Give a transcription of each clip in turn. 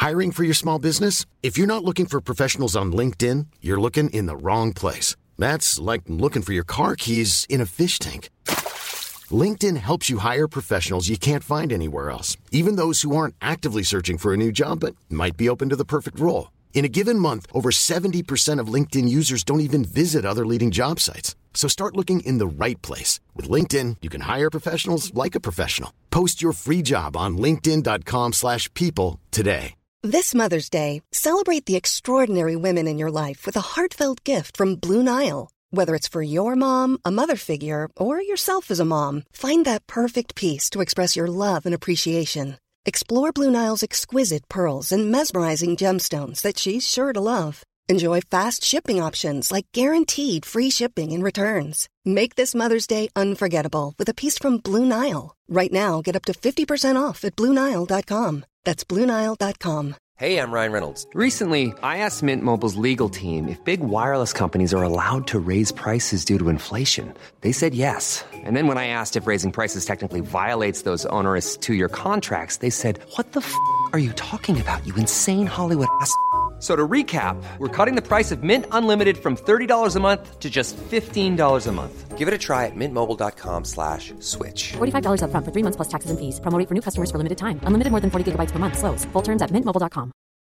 Hiring for your small business? If you're not looking for professionals on LinkedIn, you're looking in the wrong place. That's like looking for your car keys in a fish tank. LinkedIn helps you hire professionals you can't find anywhere else, even those who aren't actively searching for a new job but might be open to the perfect role. In a given month, over 70% of LinkedIn users don't even visit other leading job sites. So start looking in the right place. With LinkedIn, you can hire professionals like a professional. Post your free job on linkedin.com/people today. This Mother's Day, celebrate the extraordinary women in your life with a heartfelt gift from Blue Nile. Whether it's for your mom, a mother figure, or yourself as a mom, find that perfect piece to express your love and appreciation. Explore Blue Nile's exquisite pearls and mesmerizing gemstones that she's sure to love. Enjoy fast shipping options like guaranteed free shipping and returns. Make this Mother's Day unforgettable with a piece from Blue Nile. Right now, get up to 50% off at BlueNile.com. That's BlueNile.com. Hey, I'm Ryan Reynolds. Recently, I asked Mint Mobile's legal team if big wireless companies are allowed to raise prices due to inflation. They said yes. And then when I asked if raising prices technically violates those onerous two-year contracts, they said, "What the f*** are you talking about, you insane Hollywood ass?" So to recap, we're cutting the price of Mint Unlimited from $30 a month to just $15 a month. Give it a try at mintmobile.com/switch. $45 up front for 3 months plus taxes and fees. Promo rate for new customers for limited time. Unlimited more than 40 gigabytes per month. Slows full terms at mintmobile.com.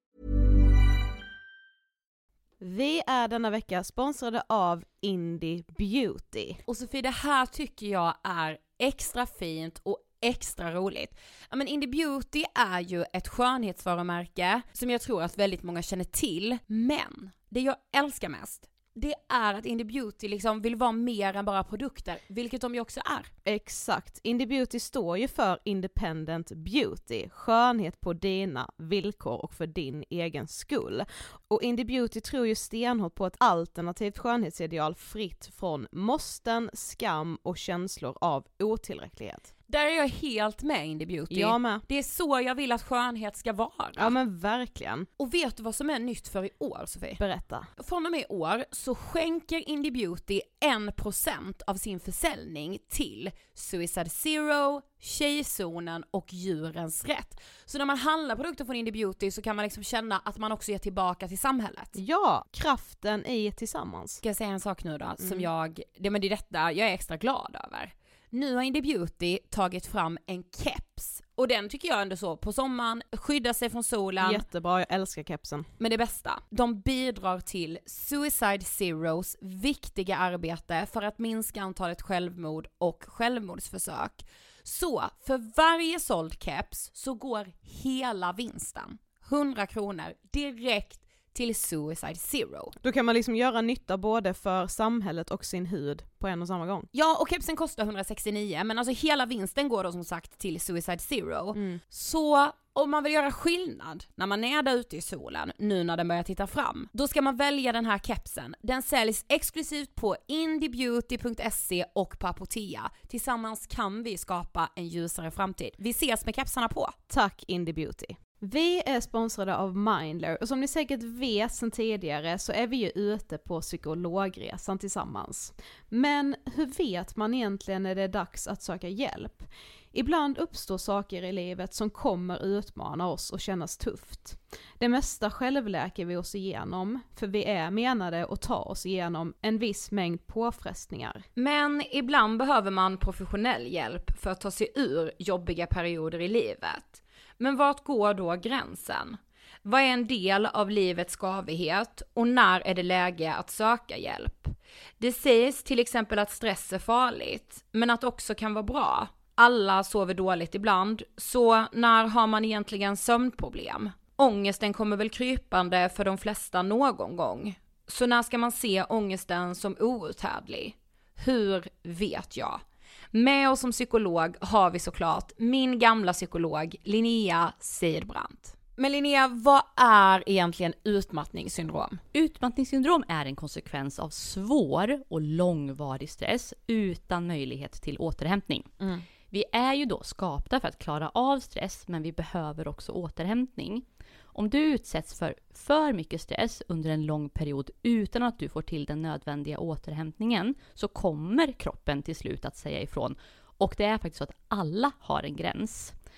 Vi är denna vecka sponsrade av Indie Beauty. Och Sofie, det här tycker jag är extra fint och extra roligt. Ja, men Indie Beauty är ju ett skönhetsvarumärke som jag tror att väldigt många känner till. Men det jag älskar mest, det är att Indie Beauty liksom vill vara mer än bara produkter, vilket de ju också är. Exakt. Indie Beauty står ju för Independent Beauty. Skönhet på dina villkor och för din egen skull. Och Indie Beauty tror ju stenhårt på ett alternativt skönhetsideal fritt från måsten, skam och känslor av otillräcklighet. Där är jag helt med Indie Beauty. Jag med. Det är så jag vill att skönhet ska vara. Ja men verkligen. Och vet du vad som är nytt för i år, Sofie? Berätta. Från och med i år så skänker Indie Beauty 1% av sin försäljning till Suicide Zero, Tjejzonen och Djurens Rätt. Så när man handlar produkter från Indie Beauty så kan man liksom känna att man också ger tillbaka till samhället. Ja, kraften i tillsammans. Ska jag säga en sak nu då som det är detta jag är extra glad över. Nu har Indie Beauty tagit fram en keps. Och den tycker jag ändå så på sommaren, skydda sig från solen. Jättebra, jag älskar kepsen. Men det bästa, de bidrar till Suicide Zeros viktiga arbete för att minska antalet självmord och självmordsförsök. Så för varje såld keps så går hela vinsten, 100 kronor, direkt till Suicide Zero. Då kan man liksom göra nytta både för samhället och sin hud på en och samma gång. Ja, och kepsen kostar 169, men alltså hela vinsten går då som sagt till Suicide Zero. Så om man vill göra skillnad när man är där ute i solen, nu när den börjar titta fram, då ska man välja den här kepsen. Den säljs exklusivt på indiebeauty.se och på Apotea. Tillsammans kan vi skapa en ljusare framtid. Vi ses med kepsarna på. Tack Indie Beauty. Vi är sponsrade av Mindler och som ni säkert vet sedan tidigare så är vi ju ute på psykologresan tillsammans. Men hur vet man egentligen när det är dags att söka hjälp? Ibland uppstår saker i livet som kommer utmana oss och kännas tufft. Det mesta självläker vi oss igenom för vi är menade att ta oss igenom en viss mängd påfrestningar. Men ibland behöver man professionell hjälp för att ta sig ur jobbiga perioder i livet. Men vart går då gränsen? Vad är en del av livets skavighet och när är det läge att söka hjälp? Det sägs till exempel att stress är farligt, men att också kan vara bra. Alla sover dåligt ibland, så när har man egentligen sömnproblem? Ångesten kommer väl krypande för de flesta någon gång. Så när ska man se ångesten som outhärdlig? Hur vet jag? Med oss som psykolog har vi såklart min gamla psykolog Linnea Seidbrant. Men Linnea, vad är egentligen utmattningssyndrom? Utmattningssyndrom är en konsekvens av svår och långvarig stress utan möjlighet till återhämtning. Vi är ju då skapta för att klara av stress, men vi behöver också återhämtning. Om du utsätts för mycket stress under en lång period utan att du får till den nödvändiga återhämtningen så kommer kroppen till slut att säga ifrån. Och det är faktiskt så att alla har en gräns.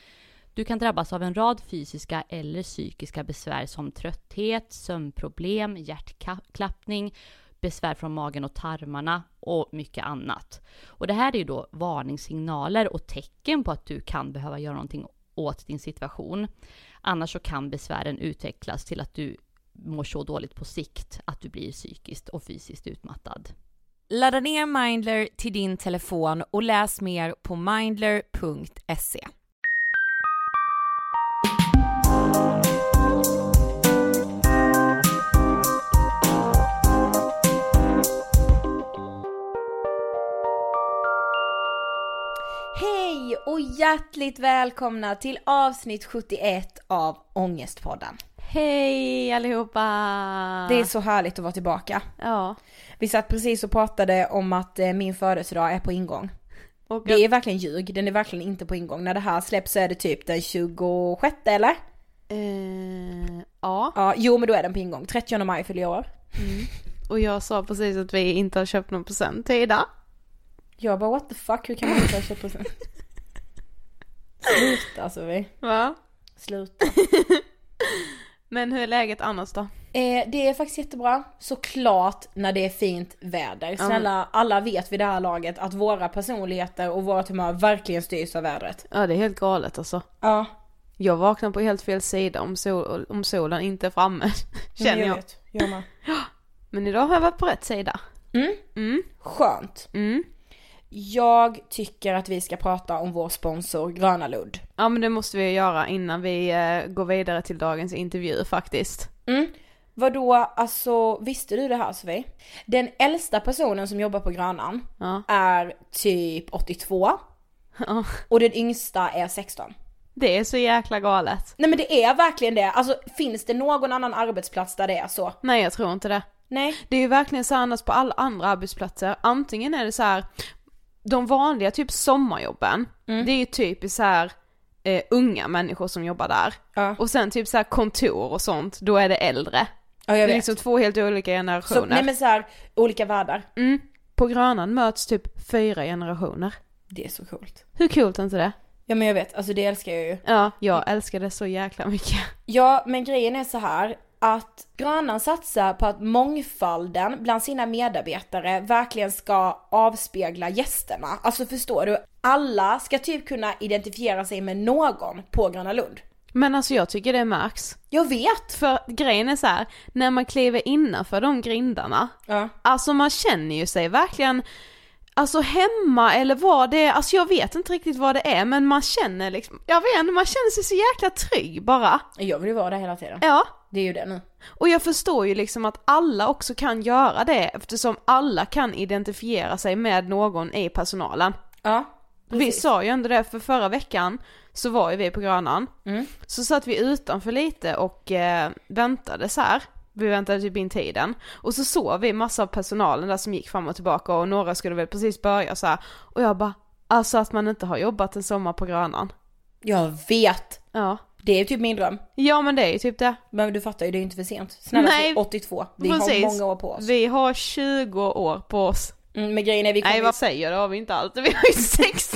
Du kan drabbas av en rad fysiska eller psykiska besvär som trötthet, sömnproblem, hjärtklappning, besvär från magen och tarmarna och mycket annat. Och det här är ju då varningssignaler och tecken på att du kan behöva göra någonting åt din situation. Annars så kan besvären utvecklas till att du mår så dåligt på sikt att du blir psykiskt och fysiskt utmattad. Ladda ner Mindler till din telefon och läs mer på mindler.se. Hej och hjärtligt välkomna till avsnitt 71 av Ångestpodden. Hej allihopa! Det är så härligt att vara tillbaka. Ja. Vi satt precis och pratade om att min födelsedag är på ingång. Och det är verkligen ljug, den är verkligen inte på ingång. När det här släpps så är det typ den 26 eller? Ja. Jo men då är den på ingång, 30 maj fyller jag år. Och jag sa precis att vi inte har köpt någon present till idag. Jag bara what the fuck, hur kan man inte ha köpt present? Sluta alltså vi. Va? Sluta. Men hur är läget annars då? Det är faktiskt jättebra. Såklart när det är fint väder. Snälla, alla vet vid det här laget att våra personligheter och vårt humör verkligen styrs av vädret. Ja, det är helt galet alltså. Ja. Jag vaknar på helt fel sida om solen inte är framme. Känner jag. Vet. Jag med. Men idag har jag varit på rätt sida. Skönt. Jag tycker att vi ska prata om vår sponsor Gröna Lund. Ja, men det måste vi göra innan vi går vidare till dagens intervju faktiskt. Vadå, alltså visste du det här Sofie? Den äldsta personen som jobbar på Grönan är typ 82 och den yngsta är 16. Det är så jäkla galet. Nej men det är verkligen det. Alltså finns det någon annan arbetsplats där det är så? Nej, jag tror inte det. Nej. Det är ju verkligen så annars på alla andra arbetsplatser. Antingen är det så här, de vanliga typ sommarjobben, det är ju typ så här unga människor som jobbar där. Ja. Och sen typ så här kontor och sånt, då är det äldre. Ja, jag vet. Det är liksom två helt olika generationer. Nej men så här, olika världar. På Grönan möts typ 4 generationer. Det är så coolt. Hur coolt är inte det? Ja men jag vet, alltså det älskar jag ju. Ja, jag älskar det så jäkla mycket. Ja, men grejen är så här att Grönan satsar på att mångfalden bland sina medarbetare verkligen ska avspegla gästerna. Alltså förstår du? Alla ska typ kunna identifiera sig med någon på Gröna Lund. Men alltså jag tycker det märks. Jag vet. För grejen är så här, när man kliver innanför de grindarna, alltså man känner ju sig verkligen alltså hemma eller vad det är, alltså jag vet inte riktigt vad det är, men man känner liksom, jag vet inte, man känner sig så jäkla trygg bara. Jag vill ju vara där hela tiden. Ja. Det är ju det nu. Och jag förstår ju liksom att alla också kan göra det, eftersom alla kan identifiera sig med någon i personalen. Ja, precis. Vi sa ju ändå det, för förra veckan så var ju vi på Grönan. Så satt vi utanför lite och väntade så här. Vi väntade typ in tiden. Och så såg vi massa av personalen där som gick fram och tillbaka. Och några skulle väl precis börja så här. Och jag bara, alltså att man inte har jobbat en sommar på Grönan. Jag vet. Ja. Det är ju typ min dröm. Ja men det är ju typ det. Men du fattar ju, det är ju inte för sent. Snälla, nej, 82. Vi precis. har många år på oss. Vi har 20 år på oss. Men grejen är vi kommer... Nej vad säger du? Har vi inte allt. Vi har ju 60.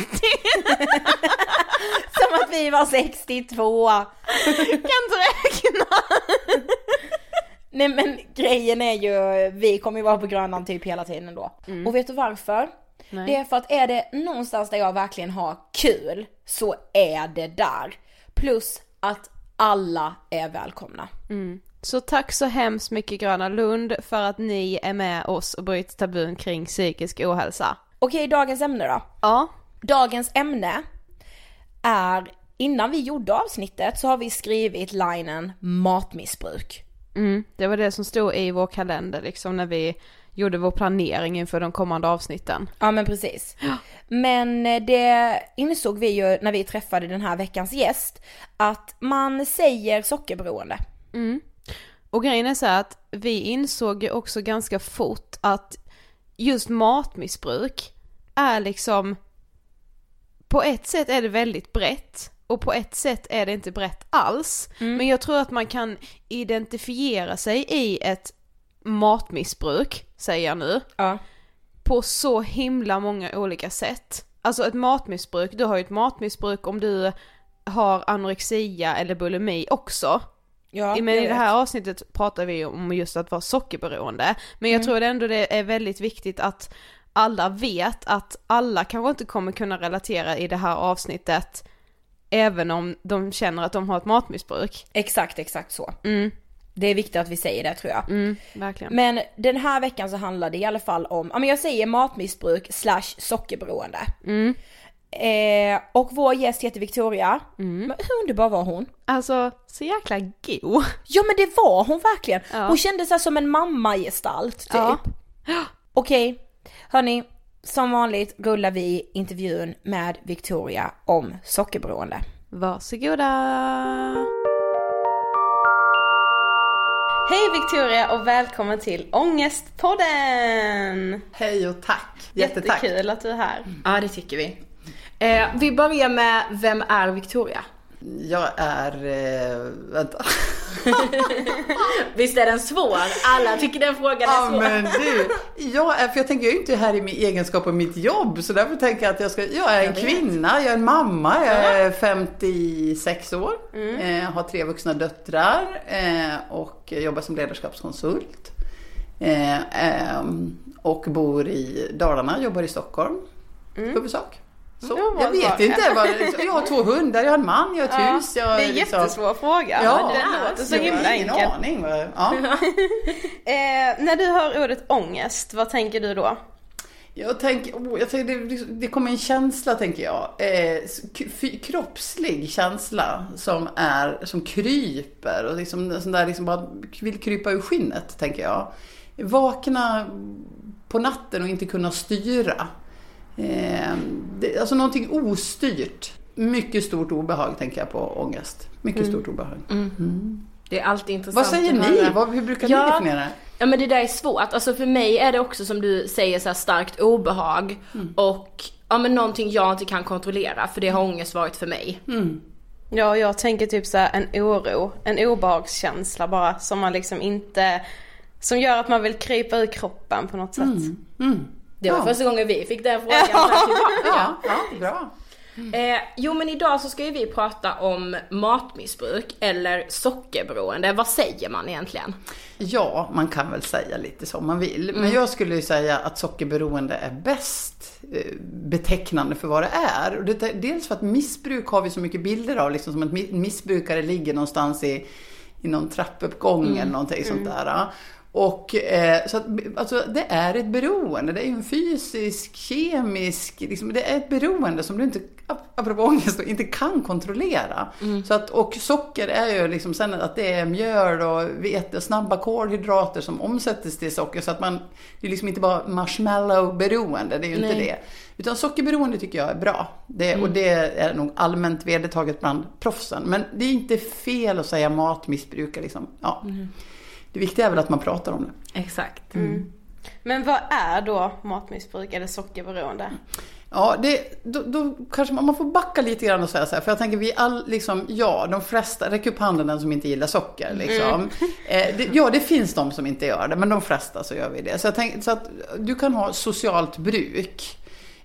Som att vi var 62. Kan inte räkna. Nej men grejen är ju, vi kommer ju vara på Grönan typ hela tiden ändå. Och vet du varför? Nej. Det är för att är det någonstans där jag verkligen har kul, så är det där. Plus att alla är välkomna. Så tack så hemskt mycket Gröna Lund för att ni är med oss och bryter tabun kring psykisk ohälsa. Okej, dagens ämne då? Ja. Dagens ämne är, innan vi gjorde avsnittet så har vi skrivit linen matmissbruk. Det var det som stod i vår kalender liksom när vi gjorde vår planering inför de kommande avsnitten. Ja men precis. Ja. Men det insåg vi ju när vi träffade den här veckans gäst, att man säger sockerberoende. Och grejen är så här att vi insåg ju också ganska fort att just matmissbruk är liksom, på ett sätt är det väldigt brett och på ett sätt är det inte brett alls. Men jag tror att man kan identifiera sig i ett matmissbruk, säger jag nu, på så himla många olika sätt. Alltså ett matmissbruk, du har ju ett matmissbruk om du har anorexia eller bulimi också. Ja, Men i det här avsnittet pratar vi om just att vara sockerberoende. Men jag tror ändå det är väldigt viktigt att alla vet att alla kanske inte kommer kunna relatera i det här avsnittet även om de känner att de har ett matmissbruk. Exakt så. Det är viktigt att vi säger det, tror jag. Verkligen. Men den här veckan så handlar det i alla fall om, ja men jag säger matmissbruk / sockerberoende. Och vår gäst heter Victoria. Men hur underbar var hon? Alltså, så jäkla god. Ja men det var hon verkligen. Ja. Hon kände sig som en mamma-gestalt typ. Ja. Okej, hörni, som vanligt rullar vi intervjun med Victoria om sockerberoende. Varsågoda! Hej Victoria och välkommen till Ångestpodden! Hej och tack! Jättetack! Jättekul att du är här. Ja, det tycker vi. Vi börjar med, vem är Victoria? Jag är... vänta. Visst är den svår? Alla tycker den frågan är svår. Men du, jag tänker jag är inte här i min egenskap av mitt jobb, så därför tänker jag att jag är en kvinna, jag är en mamma, jag är 56 år, har 3 vuxna döttrar och jobbar som ledarskapskonsult och bor i Dalarna, jobbar i Stockholm huvudsak. Så, jag vet inte, jag har 2 hundar, jag har en man, jag har ett hus. Det är en jättesvår fråga. Ja, det låter så himla ingen enkelt. aning. Ja. När du hör ordet ångest, vad tänker du då? Jag tänker det kommer en känsla, tänker jag. Kroppslig känsla som kryper och liksom sån där liksom bara vill krypa ur skinnet, tänker jag. Vakna på natten och inte kunna styra. Alltså någonting ostyrt. Mycket stort obehag, tänker jag på ångest. Mycket stort obehag. Det är alltid intressant. Vad säger ni? Hur brukar ni definiera? Ja, men det där är svårt. Alltså för mig är det också, som du säger, så här starkt obehag. Och ja, men någonting jag inte kan kontrollera. För det har ångest varit för mig. Ja, jag tänker typ så här en oro, en obehagskänsla bara som man liksom inte, som gör att man vill krypa ur kroppen på något sätt. Det var första gången vi fick den frågan. Ja, bra. Jo, men idag så ska ju vi prata om matmissbruk eller sockerberoende. Vad säger man egentligen? Ja, man kan väl säga lite som man vill. Men jag skulle ju säga att sockerberoende är bäst betecknande för vad det är. Och det, dels för att missbruk har vi så mycket bilder av, liksom som att missbrukare ligger någonstans i någon trappuppgång eller någonting sånt där. Och så att, alltså, det är ett beroende. Det är ju en fysisk, kemisk, liksom, det är ett beroende som du inte, apropå ångest, inte kan kontrollera. Så att, och socker är ju liksom sen att det är mjöl och vete, snabba kolhydrater som omsätts till socker, så att det är liksom inte bara marshmallow-beroende, det är ju inte det. Utan sockerberoende tycker jag är bra. Och det är nog allmänt vedertaget bland proffsen. Men det är inte fel att säga matmissbrukare liksom. Ja. Det viktiga är väl att man pratar om det. Exakt. Men vad är då matmissbruk eller sockerberoende? Ja, då kanske man får backa lite grann och säga så här. För jag tänker de flesta, räck upp handen den som inte gillar socker. Liksom. Det finns de som inte gör det, men de flesta så gör vi det. Så jag tänker så att du kan ha socialt bruk.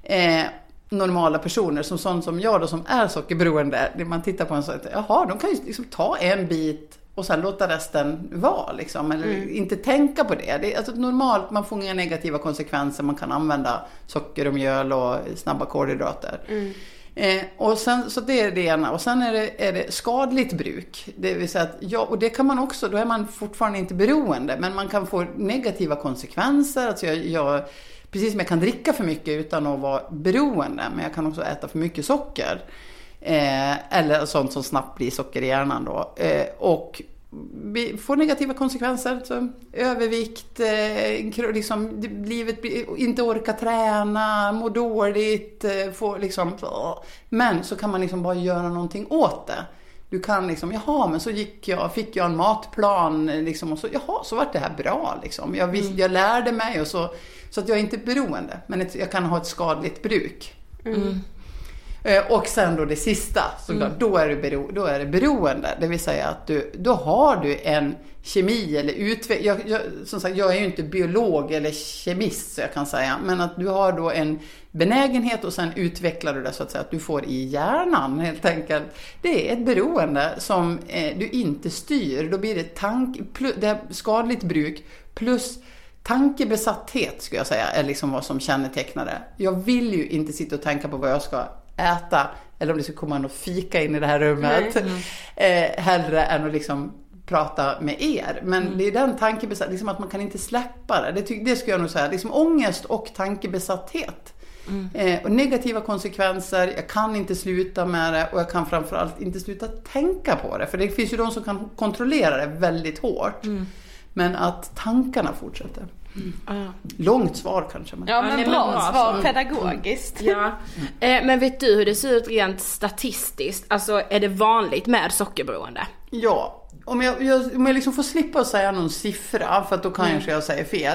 Normala personer som sån som jag då, som är sockerberoende. När man tittar på en så att, de kan ju liksom ta en bit och sen låta resten vara liksom, eller inte tänka på det. Det är alltså normalt, man får inga negativa konsekvenser, man kan använda socker och mjöl och snabba kolhydrater. Och sen, så det är det ena. Och sen är det skadligt bruk. Det vill säga att, och det kan man också, då är man fortfarande inte beroende, men man kan få negativa konsekvenser. Alltså precis som jag kan dricka för mycket utan att vara beroende, men jag kan också äta för mycket socker. Eller sånt som snabbt blir socker i hjärnan då. Och får negativa konsekvenser, så övervikt, liksom, livet inte orka träna, må dåligt, får liksom, men så kan man liksom bara göra någonting åt det. Du kan liksom, men så fick jag en matplan liksom, och så vart det här bra liksom. Jag lärde mig och så att jag är inte beroende, men jag kan ha ett skadligt bruk. Och sen då det sista, då är det beroende. Det vill säga att då har du en kemi eller som sagt, jag är ju inte biolog eller kemist så jag kan säga. Men att du har då en benägenhet och sen utvecklar du det så att säga. Att du får i hjärnan helt enkelt. Det är ett beroende som du inte styr. Då blir det skadligt bruk plus tankebesatthet skulle jag säga är liksom vad som kännetecknar det. Jag vill ju inte sitta och tänka på vad jag ska äta eller om det ska komma någon fika in i det här rummet hellre än att liksom prata med er. Men det är den tankebesatthet, liksom att man kan inte släppa det. Det skulle jag nog säga. Liksom ångest och tankebesatthet. Och negativa konsekvenser, jag kan inte sluta med det och jag kan framförallt inte sluta tänka på det. För det finns ju de som kan kontrollera det väldigt hårt. Men att tankarna fortsätter. Långt svar kanske. Ja, men bra svar, pedagogiskt. Ja. Men vet du hur det ser ut rent statistiskt? Alltså, är det vanligt med sockerberoende? Ja, om jag liksom får slippa att säga någon siffra, för att då kanske jag säger fel.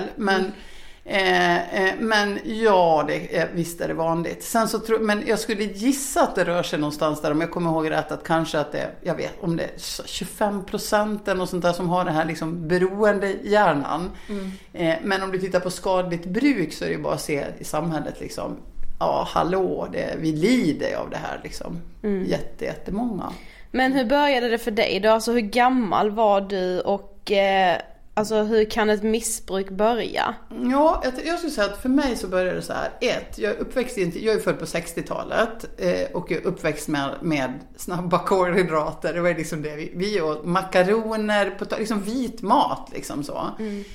Men ja, visst är det vanligt. Sen så men jag skulle gissa att det rör sig någonstans där, om jag kommer ihåg rätt, att kanske att det, jag vet om det är 25% och sånt där som har det här liksom beroende hjärnan. Men om du tittar på skadligt bruk så är det ju bara att se i samhället liksom, ja hallå, vi lider av det här liksom. Jättemånga. Men hur började det för dig då? Alltså hur gammal var du och alltså hur kan ett missbruk börja? Ja, jag skulle säga att för mig så började det så här. Jag är född på 60-talet och jag är uppväxt med snabba kolhydrater. Det var liksom det vi åt makaroner, liksom vit mat liksom så.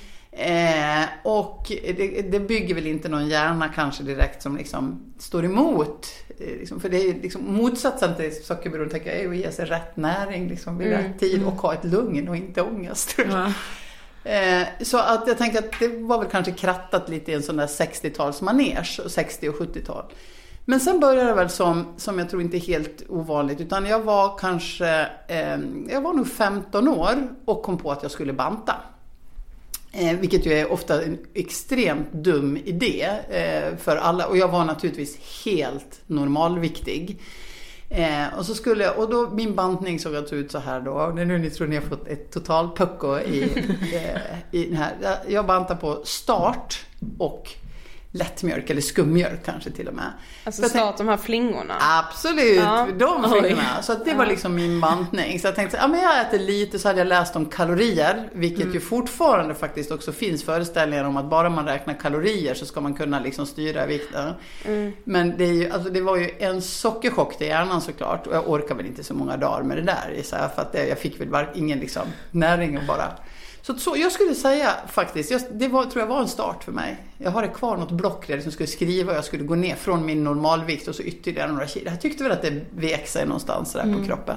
Och det bygger väl inte någon hjärna kanske direkt som liksom står emot liksom, för det är liksom motsatsen till sockerberoende, tänker jag, är att ge sig rätt näring liksom vid rätt tid och ha ett lugn och inte ångest. Så att jag tänker att det var väl kanske krattat lite i en sån där 60-talsmanege, 60- och 70-tal. Men sen började det väl som jag tror inte är helt ovanligt, utan jag var nog 15 år och kom på att jag skulle banta. Vilket ju är ofta en extremt dum idé för alla. Och jag var naturligtvis helt normalviktig. Och då min bantning såg alltså ut så här då. Nu ni tror ni har fått ett total pucko i den här. Jag bantar på start och lättmjölk eller skummjölk kanske till och med. Alltså start de här flingorna. Absolut, de flingorna. Så att det var liksom min bantning. Så jag tänkte, men jag äter lite, så hade jag läst om kalorier, vilket ju fortfarande faktiskt också finns föreställningar om att bara man räknar kalorier så ska man kunna liksom styra vikten. Men det var ju en sockerchock till hjärnan såklart, och jag orkar väl inte så många dagar med det där, för att jag fick väl ingen liksom näring och bara. Så jag skulle säga faktiskt, tror jag var en start för mig. Jag har kvar något block där som skulle skriva och jag skulle gå ner från min normalvikt och så ytterligare några kilo. Jag tyckte väl att det vek sig någonstans där på kroppen.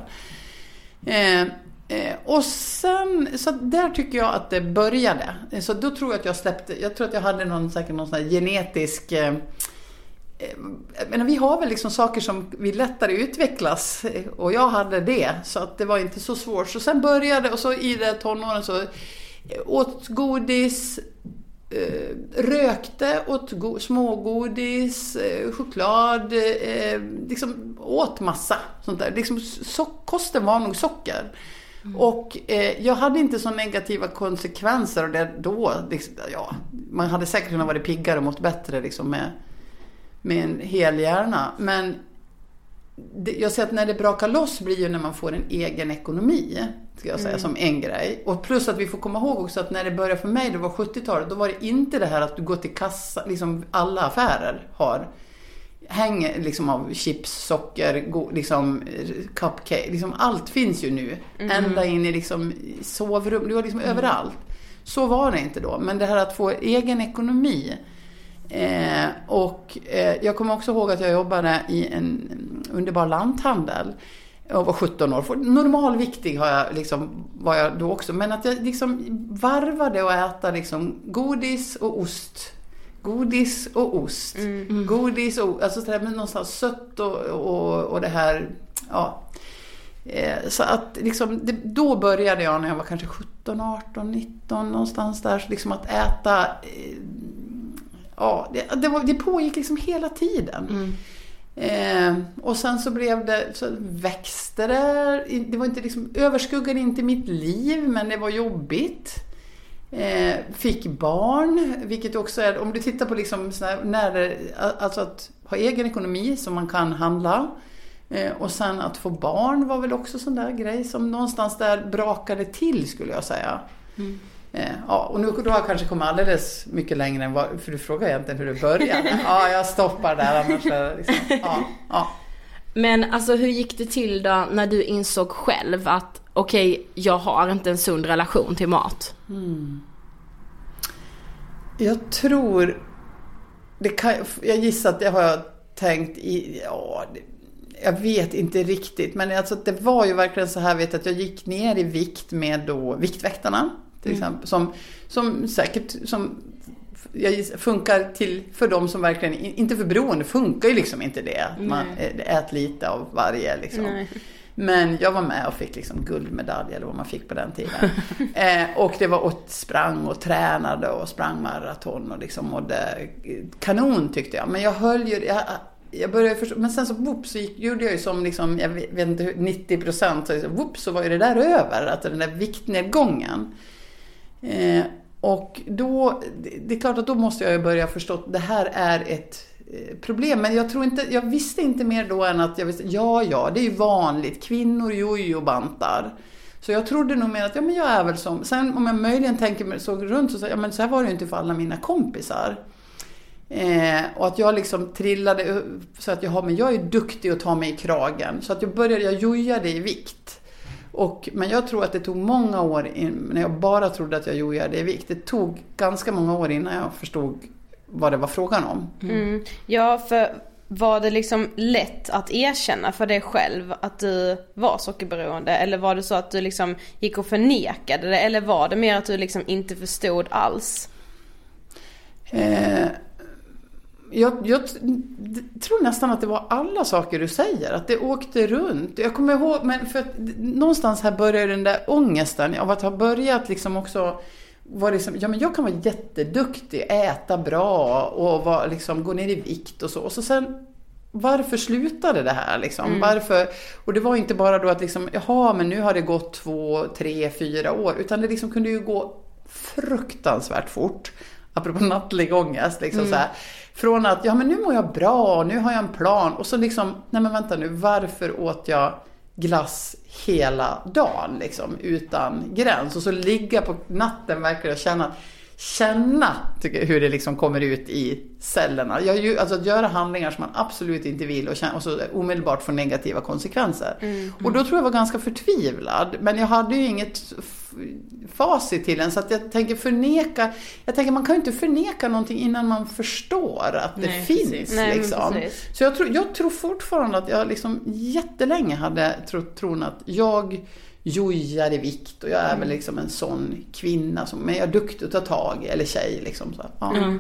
Och sen, så där tycker jag att det började. Så då tror jag att jag tror att jag hade säkert någon sån här genetisk... Men vi har väl liksom saker som vi lättare utvecklas, och jag hade det, så att det var inte så svårt. Så sen började, och så i det tonåren så åt godis, rökte, åt smågodis, choklad, liksom åt massa sånt där. Liksom, kosten var nog socker. Och jag hade inte så negativa konsekvenser, och det då liksom, man hade säkert kunnat vara piggare och mått bättre liksom med en hel hjärna. Men jag ser att när det brakar loss blir ju när man får en egen ekonomi, ska jag säga, som en grej. Och plus att vi får komma ihåg också att när det började för mig, det var 70-talet, då var det inte det här att du går till kassa, liksom alla affärer hänger liksom av chips, socker, liksom cupcake, liksom allt finns ju nu. Ända in i liksom sovrum, det var liksom överallt. Så var det inte då. Men det här att få egen ekonomi. Jag kommer också ihåg att jag jobbade i en underbar lanthandel. Jag var 17 år. Normalviktig var jag då också. Men att jag liksom varvade att äta liksom godis och ost. Godis och ost. Godis och alltså det med någonstans sött och det här. Ja. Så att liksom, då började jag när jag var kanske 17, 18, 19 någonstans där. Så liksom att äta... det pågick liksom hela tiden. Och sen så växte det var inte liksom, överskuggade inte mitt liv, men det var jobbigt. Fick barn, vilket också är, om du tittar på liksom alltså att ha egen ekonomi som man kan handla, och sen att få barn var väl också sån där grej som någonstans där brakade till, skulle jag säga. Ja, och nu då har jag kanske kommit alldeles mycket längre än för du frågar egentligen hur det började. Ja, jag stoppar där annars liksom, ja. Men alltså hur gick det till då när du insåg själv att okej, jag har inte en sund relation till mat? Jag tror jag gissar att det har jag tänkt i, jag vet inte riktigt, men alltså det var ju verkligen så här, vet att jag gick ner i vikt med då Viktväktarna till exempel, som säkert funkar till för dem som verkligen inte för beroende, funkar ju liksom inte det. Man äter lite av varje liksom. Nej. Men jag var med och fick liksom guldmedalj eller vad man fick på den tiden. Och det var sprang och tränade och sprang maraton och liksom, och det kanon tyckte jag. Men jag höll ju, jag började förstå, men sen så gjorde jag ju som liksom, jag vet inte hur, 90%, så var ju det där över, att den där viktnedgången. Och då, det är klart att då måste jag ju börja förstå att det här är ett problem, men jag visste inte mer då än att jag visste, ja, det är ju vanligt, kvinnor jojo-bantar. Så jag trodde nog mer att, men jag är väl som, sen om jag möjligen såg runt så sa jag, men så här var det ju inte för alla mina kompisar. Och att jag liksom trillade så att men jag är duktig att ta mig i kragen, så att jag jojade i vikt. Men jag tror att det tog många år när jag bara trodde att jag jojade i vikt. Det tog ganska många år innan jag förstod vad det var frågan om. Ja, för var det liksom lätt att erkänna för dig själv att du var sockerberoende? Eller var det så att du liksom gick och förnekade det? Eller var det mer att du liksom inte förstod alls? Jag tror nästan att det var alla saker du säger, att det åkte runt. Jag kommer ihåg, men för att någonstans här började den där ångesten av att ha börjat liksom också var det som, men jag kan vara jätteduktig, äta bra och liksom gå ner i vikt och så. Och så sen, varför slutade det här liksom? Varför? Och det var inte bara då att liksom, men nu har det gått 2, 3, 4 år, utan det liksom kunde ju gå fruktansvärt fort. Apropå nattlig ångest liksom så här. Från att, men nu mår jag bra, nu har jag en plan. Och så liksom, nej men vänta nu, varför åt jag glass hela dagen liksom, utan gräns? Och så ligga på natten verkligen och känna tycker jag, hur det liksom kommer ut i cellerna. Alltså att göra handlingar som man absolut inte vill och så omedelbart få negativa konsekvenser. Och då tror jag var ganska förtvivlad. Men jag hade ju inget facit till den, så att jag tänker man kan ju inte förneka någonting innan man förstår att det finns. Nej, liksom. Så jag tror fortfarande att jag liksom jättelänge hade trott att jag jojar i vikt och jag är väl liksom en sån kvinna men jag är duktig att ta tag i, eller tjej liksom så. Ja.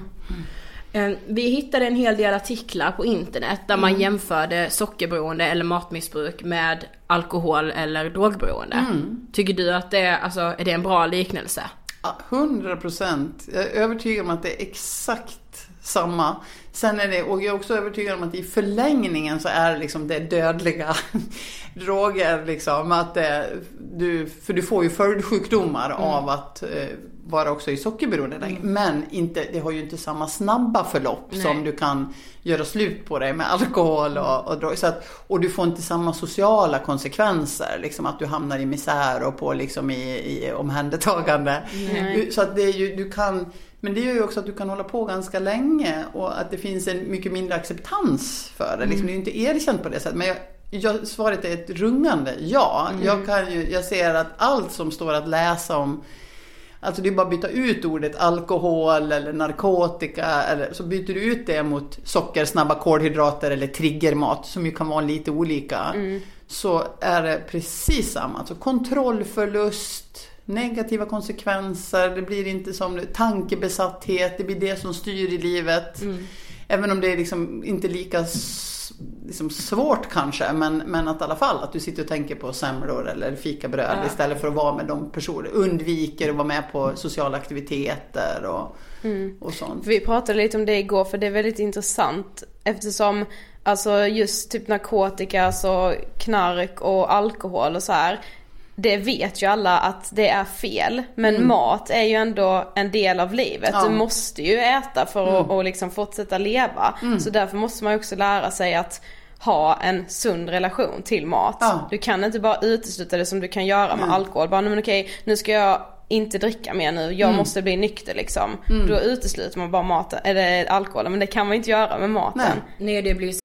Vi hittade en hel del artiklar på internet där man jämförde sockerberoende eller matmissbruk med alkohol eller drogberoende. Tycker du att är det en bra liknelse? 100%. Jag är övertygad om att det är exakt samma. Sen är det, och jag är också övertygad om att i förlängningen så är liksom det dödliga droger liksom, att för du får ju följdsjukdomar av att vara också i sockerberoende, men det har ju inte samma snabba förlopp som du kan göra slut på dig med alkohol och droger, så att, och du får inte samma sociala konsekvenser liksom, att du hamnar i misär och på liksom i omhändertagande. Så att det är ju, du kan. Men det gör ju också att du kan hålla på ganska länge och att det finns en mycket mindre acceptans för det. Liksom, det är ju inte erkänt på det sättet. Men svaret är ett rungande ja. Jag ser att allt som står att läsa om, alltså det är bara att byta ut ordet alkohol eller narkotika, eller så byter du ut det mot socker, snabba kolhydrater eller triggermat som ju kan vara lite olika. Så är det precis samma. Alltså kontrollförlust, negativa konsekvenser, det blir inte som tankebesatthet, det blir det som styr i livet. Även om det är liksom inte lika liksom svårt kanske, men att i alla fall att du sitter och tänker på semlor eller fikabröd istället för att vara med de personer, undviker att vara med på sociala aktiviteter och sånt. Vi pratade lite om det igår, för det är väldigt intressant eftersom Alltså just typ narkotika, alltså knark och alkohol och så här. Det vet ju alla att det är fel. Men mat är ju ändå en del av livet. Ja. Du måste ju äta för att liksom fortsätta leva. Så därför måste man ju också lära sig att ha en sund relation till mat. Ja. Du kan inte bara utesluta det som du kan göra med alkohol. Bara, men okej, nu ska jag inte dricka mer nu. Jag måste bli nykter liksom. Då utesluter man bara maten, eller alkohol. Men det kan man inte göra med maten. Nej, det blir...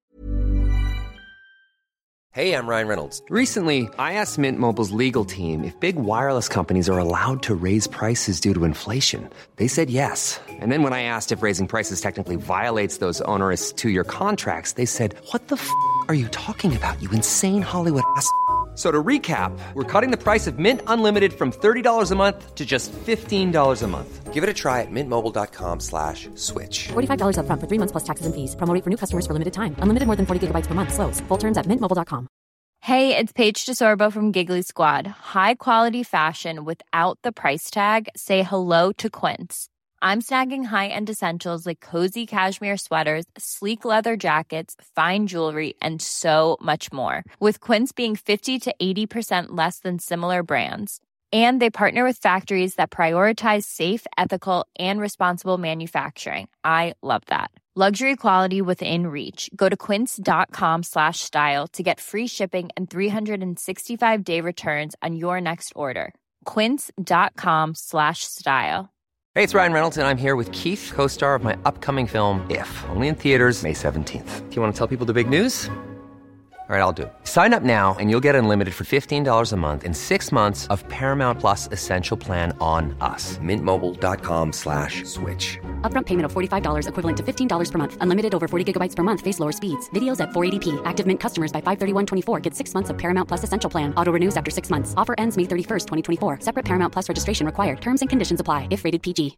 Hey, I'm Ryan Reynolds. Recently, I asked Mint Mobile's legal team if big wireless companies are allowed to raise prices due to inflation. They said yes. And then when I asked if raising prices technically violates those onerous 2-year contracts, they said, "What the f*** are you talking about, you insane Hollywood ass?" So to recap, we're cutting the price of Mint Unlimited from $30 a month to just $15 a month. Give it a try at mintmobile.com/switch. $45 up front for 3 months plus taxes and fees. Promo rate for new customers for limited time. Unlimited more than 40 gigabytes per month. Slows full terms at mintmobile.com. Hey, it's Paige DeSorbo from Giggly Squad. High quality fashion without the price tag. Say hello to Quince. I'm snagging high-end essentials like cozy cashmere sweaters, sleek leather jackets, fine jewelry, and so much more. With Quince being 50 to 80% less than similar brands. And they partner with factories that prioritize safe, ethical, and responsible manufacturing. I love that. Luxury quality within reach. Go to quince.com/style to get free shipping and 365-day returns on your next order. Quince.com/style. Hey, it's Ryan Reynolds, and I'm here with Keith, co-star of my upcoming film, If, only in theaters May 17th. Do you want to tell people the big news? All right, I'll do it. Sign up now and you'll get unlimited for $15 a month and 6 months of Paramount Plus Essential Plan on us. mintmobile.com/switch. Upfront payment of $45 equivalent to $15 per month. Unlimited over 40 gigabytes per month. Face lower speeds. Videos at 480p. Active Mint customers by 531.24 get 6 months of Paramount Plus Essential Plan. Auto renews after 6 months. Offer ends May 31st, 2024. Separate Paramount Plus registration required. Terms and conditions apply if rated PG.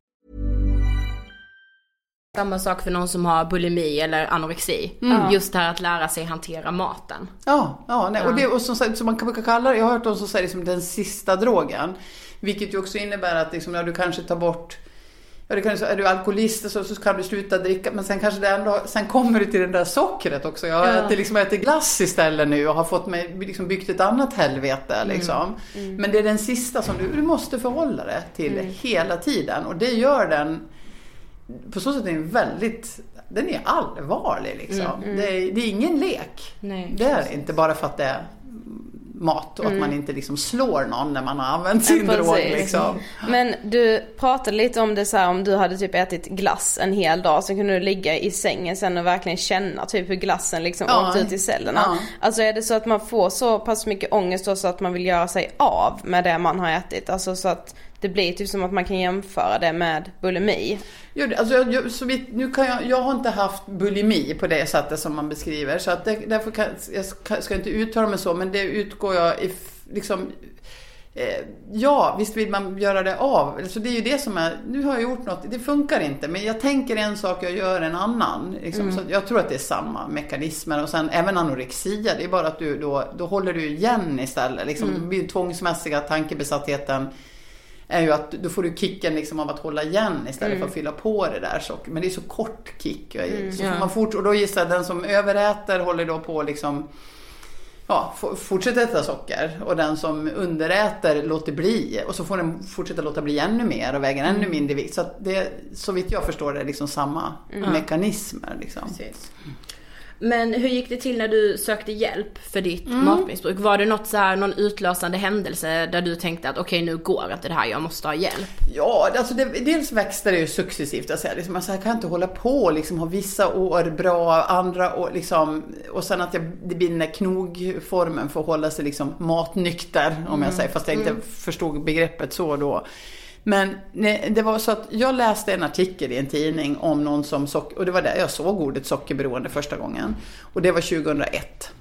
Samma sak för någon som har bulimi eller anorexi. Just det här att lära sig hantera maten. Och det, och som man kan kalla det, jag har hört dem som säger liksom den sista drogen. Vilket ju också innebär att liksom, du kanske tar bort, är du alkoholist så kan du sluta dricka, men sen kanske det ändå, sen kommer du till det där sockret också. Jag äter glass istället nu och har fått mig liksom byggt ett annat helvete liksom. Men det är den sista som du måste förhålla dig till hela tiden, och det gör den på så sätt den är allvarlig liksom. Det är ingen lek. Nej, det är inte bara för att det är mat och att man inte liksom slår någon när man har använt sin drog liksom. Men du pratade lite om det så här, om du hade typ ätit glass en hel dag så kunde du ligga i sängen sen och verkligen känna typ hur glassen liksom åkte ut i cellerna. Alltså är det så att man får så pass mycket ångest då så att man vill göra sig av med det man har ätit, alltså så att det blir typ som att man kan jämföra det med bulimi. Jag har inte haft bulimi på det sättet som man beskriver, så att därför ska inte uttala mig så, men det utgår jag liksom, visst vill man göra det av, så det är ju det som är, nu har jag gjort något, det funkar inte, men jag tänker en sak, jag gör en annan liksom, så jag tror att det är samma mekanismer. Och sen även anorexia, det är bara att du då håller du igen istället liksom. Det blir tvångsmässiga tankebesattheten är ju att då får du kicken liksom av att hålla igen istället för att fylla på det där socker. Men det är så kort kick. Så får man och då gissar den som överäter håller då på liksom, fortsätter äta socker, och den som underäter låter bli, och så får den fortsätta låta bli ännu mer och väga ännu mindre vikt. Så att det, så vitt jag förstår det, är liksom samma mekanismer liksom. Precis. Men hur gick det till när du sökte hjälp för ditt matmissbruk? Var det någon utlösande händelse där du tänkte att okej, nu går inte det här, jag måste ha hjälp? Ja, alltså dels växte det ju successivt. Alltså, jag kan inte hålla på liksom, ha vissa år bra, andra år liksom, och sen att det blir den där knogformen för att hålla sig liksom matnykter, om jag säger, fast jag inte förstod begreppet så då. Men det var så att jag läste en artikel i en tidning om någon som och det var där jag såg ordet sockerberoende första gången, och det var 2001.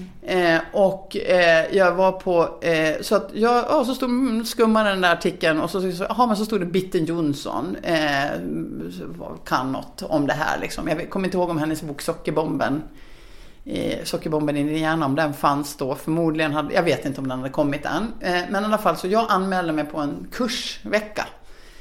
Jag var på så att jag så skummade den där artikeln, och så stod det Bitten Jonsson kan något om det här liksom. Jag kommer inte ihåg om hennes bok Sockerbomben i din hjärna, om den fanns då, förmodligen jag vet inte om den hade kommit än, men i alla fall så jag anmälde mig på en kursvecka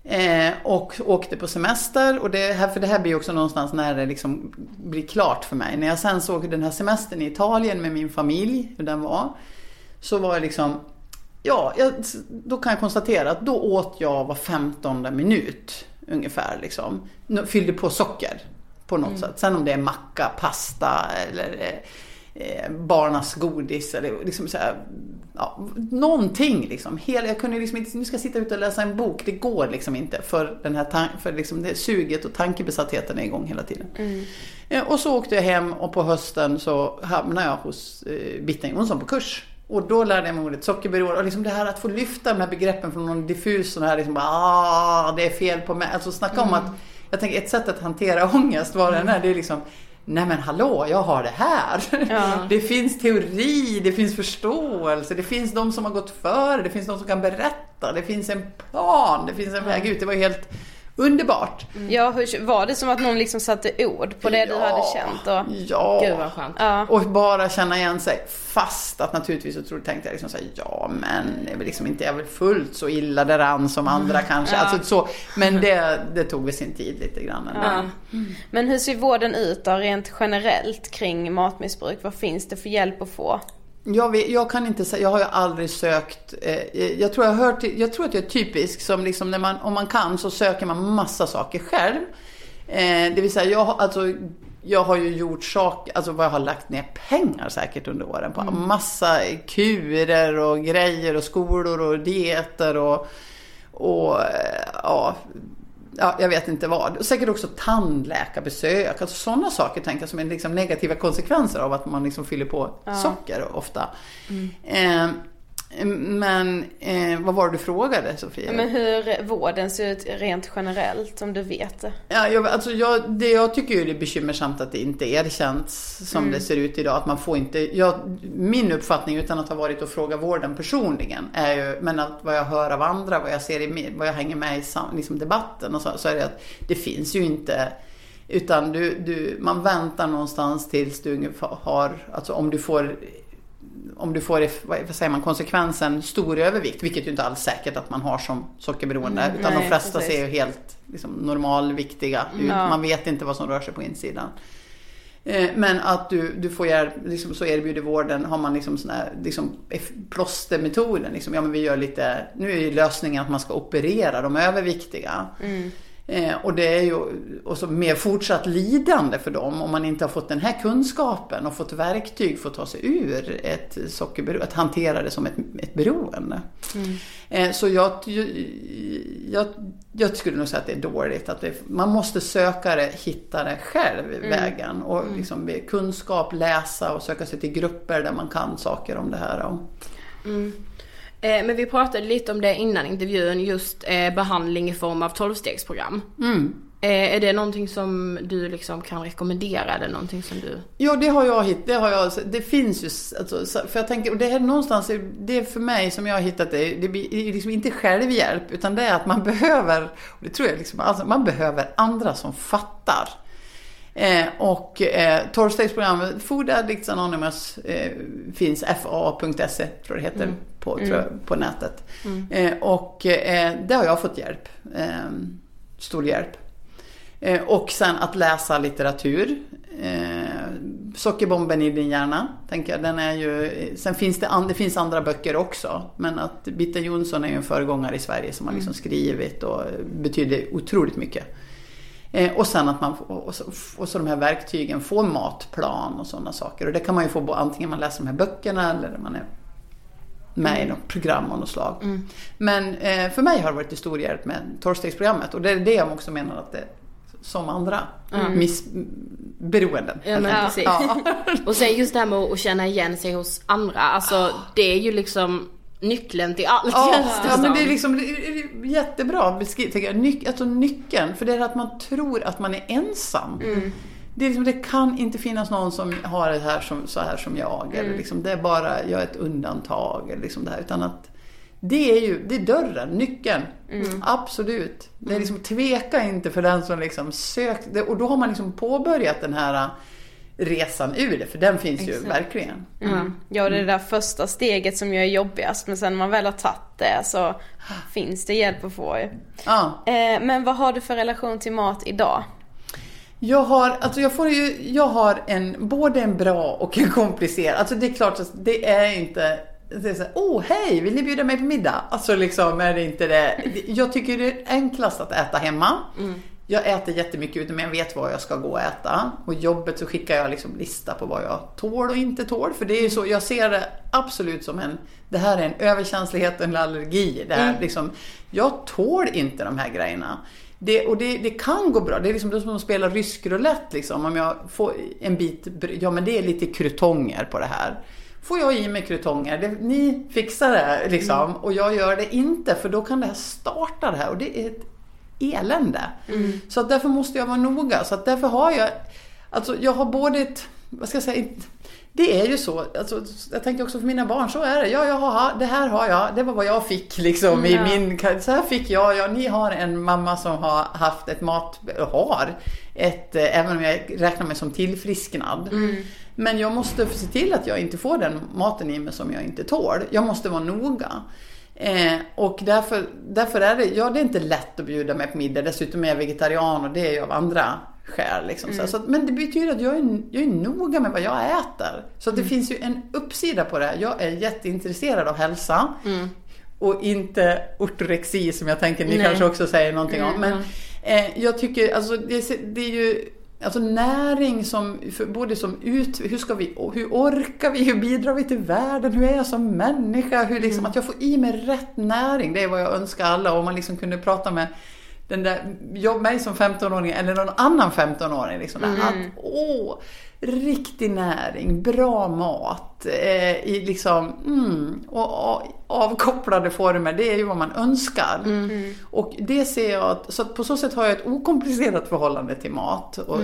Och åkte på semester. Och för det här blir också någonstans när det liksom blir klart för mig. När jag sen såg den här semestern i Italien med min familj, hur den var. Så var jag liksom, då kan jag konstatera att då åt jag var 15:e minut ungefär liksom. Fyllde på socker på något sätt. Sen om det är macka, pasta eller barnas godis eller liksom så här, någonting liksom. Jag kunde liksom inte, nu ska jag sitta ute och läsa en bok, det går liksom inte för den här för liksom det suget och tankebesattheten är igång hela tiden. Och så åkte jag hem och på hösten så hamnade jag hos Bitten Jonsson på kurs. Och då lärde jag mig ordet sockerberoende och liksom det här att få lyfta de här begreppen från någon diffus sån här liksom det är fel på mig. Alltså snacka om att jag tänker ett sätt att hantera ångest var det när det är liksom nej men hallå, jag har det här. Ja. Det finns teori, det finns förståelse, det finns de som har gått före, det finns de som kan berätta, det finns en plan, det finns en väg ut. Det var helt underbart. Ja, hur var det som att någon liksom satte ord på det du hade känt? Och... Ja, gud vad skönt. Och bara känna igen sig. Fast att naturligtvis så tänkte jag liksom så här, men det är väl liksom inte jag väl fullt så illa däran som andra kanske. Ja. Alltså, så, men det tog vi sin tid lite grann. Ja. Men hur ser vården ut då, rent generellt kring matmissbruk? Vad finns det för hjälp att få? Jag kan inte säga, jag har ju aldrig sökt, jag tror att jag är typisk som liksom om man kan så söker man massa saker själv. Det vill säga jag har ju gjort saker, alltså vad jag har lagt ner pengar säkert under åren på massa kurer och grejer och skolor och dieter och jag vet inte vad. Och säkert också tandläkarbesök. Alltså sådana saker tänker jag som är liksom negativa konsekvenser av att man liksom fyller på socker ofta. Men vad var det du frågade, Sofia? Men hur vården ser ut rent generellt, om du vet det? Det jag tycker ju det är bekymmersamt att det inte erkänns som det ser ut idag. Att man får inte... min uppfattning, utan att ha varit och fråga vården personligen, är ju, men att vad jag hör av andra, vad jag ser vad jag hänger med i liksom debatten och så är det att det finns ju inte... Utan man väntar någonstans tills du har... Alltså om du får vad säger man, konsekvensen stor övervikt, vilket ju inte alls säkert att man har som sockerberoende, utan de flesta ser ju helt liksom, normalviktiga ut. Man vet inte vad som rör sig på insidan. Men att du får hjälp, liksom, så erbjuder vården, har man liksom såna här, liksom, plåstermetoden, liksom, men vi gör lite, nu är ju lösningen att man ska operera de överviktiga. Och det är ju också mer fortsatt lidande för dem om man inte har fått den här kunskapen och fått verktyg för att ta sig ur ett sockerberoende, att hantera det som ett beroende. Så jag skulle nog säga att det är dåligt, att man måste söka det, hitta det själv vägen och liksom med kunskap läsa och söka sig till grupper där man kan saker om det här. Men vi pratade lite om det innan intervjun, just behandling i form av 12-stegsprogram. Är det någonting som du liksom kan rekommendera, eller någonting som du... Ja, det har jag hittat. Det finns ju, alltså, för jag tänker, och det här någonstans, det är för mig som jag har hittat det blir liksom inte självhjälp, utan det är att man behöver, och det tror jag liksom, alltså, man behöver andra som fattar. Och 12-stegsprogrammet Food Addicts Anonymous finns fa.se tror jag det heter på nätet. Och där har jag fått hjälp, stor hjälp. Och sen att läsa litteratur, Sockerbomben i din hjärna, tänker jag, den är ju, sen finns det finns andra böcker också, men att Bitten Jonsson är ju en föregångare i Sverige som har liksom skrivit och betyder otroligt mycket. Och sen att man och så de här verktygen, får matplan och sådana saker, och det kan man ju få antingen man läser de här böckerna eller man är med i något program av något slag. Men för mig har det varit till stor hjälp med 12-stegsprogrammet, och det är det jag också menar att det som andra missberoenden. Precis. Och sen just det här med att känna igen sig hos andra, alltså det är ju liksom nyckeln till allt. Men det är liksom jättebra beskrivet, alltså nyckeln, för det är att man tror att man är ensam. Det är liksom, det kan inte finnas någon som har det här så här som jag, eller liksom, det är bara jag är ett undantag, eller liksom det här, utan att det är dörren, nyckeln. Absolut. Det är liksom, tveka inte för den som liksom sökt, och då har man liksom påbörjat den här resan ur det, för den finns ju verkligen. Ja, det där första steget som ju är jobbigast, men sen när man väl har tagit det så finns det hjälp att få ju. Men vad har du för relation till mat idag? Jag har både en bra och en komplicerad. Alltså det är klart att det är inte, det är så här, hej, vill ni bjuda mig på middag? Alltså liksom är det inte det. Jag tycker det är enklast att äta hemma. Jag äter jättemycket ute, men jag vet vad jag ska gå och äta. Och jobbet så skickar jag liksom lista på vad jag tål och inte tål. För det är ju så, jag ser det absolut som det här är en överkänslighet, en allergi. Det här, liksom, jag tål inte de här grejerna. Det kan gå bra. Det är liksom som att spela rysk roulette liksom. Om jag får en bit, men det är lite krutonger på det här. Får jag i mig krutonger, ni fixar det liksom, och jag gör det inte, för då kan det här starta det här, och det är ett elände. Så att därför måste jag vara noga. Så att därför har jag har både vad ska jag säga, det är ju så, alltså, jag tänkte också för mina barn, så är det. Det här har jag, det var vad jag fick liksom i min, så här fick jag, ni har en mamma som har haft även om jag räknar mig som tillfrisknad. Men jag måste se till att jag inte får den maten i mig som jag inte tål. Jag måste vara noga. Och därför är det, det är inte lätt att bjuda mig på middag. Dessutom är jag vegetarian, och det är ju av andra skäl liksom. Så men det betyder att jag är noga med vad jag äter. Så att det finns ju en uppsida på det här. Jag är jätteintresserad av hälsa. Och inte ortorexi, som jag tänker ni kanske också säger någonting om. Men jag tycker, alltså det är ju, alltså näring som både som hur orkar vi, hur bidrar vi till världen, hur är jag som människa, hur liksom att jag får i mig rätt näring, det är vad jag önskar alla. Om man liksom kunde prata med den där, mig som 15-åring eller någon annan 15-åring liksom, att riktig näring, bra mat i liksom och avkopplade former, det är ju vad man önskar. Och det ser jag så att på så sätt har jag ett okomplicerat förhållande till mat och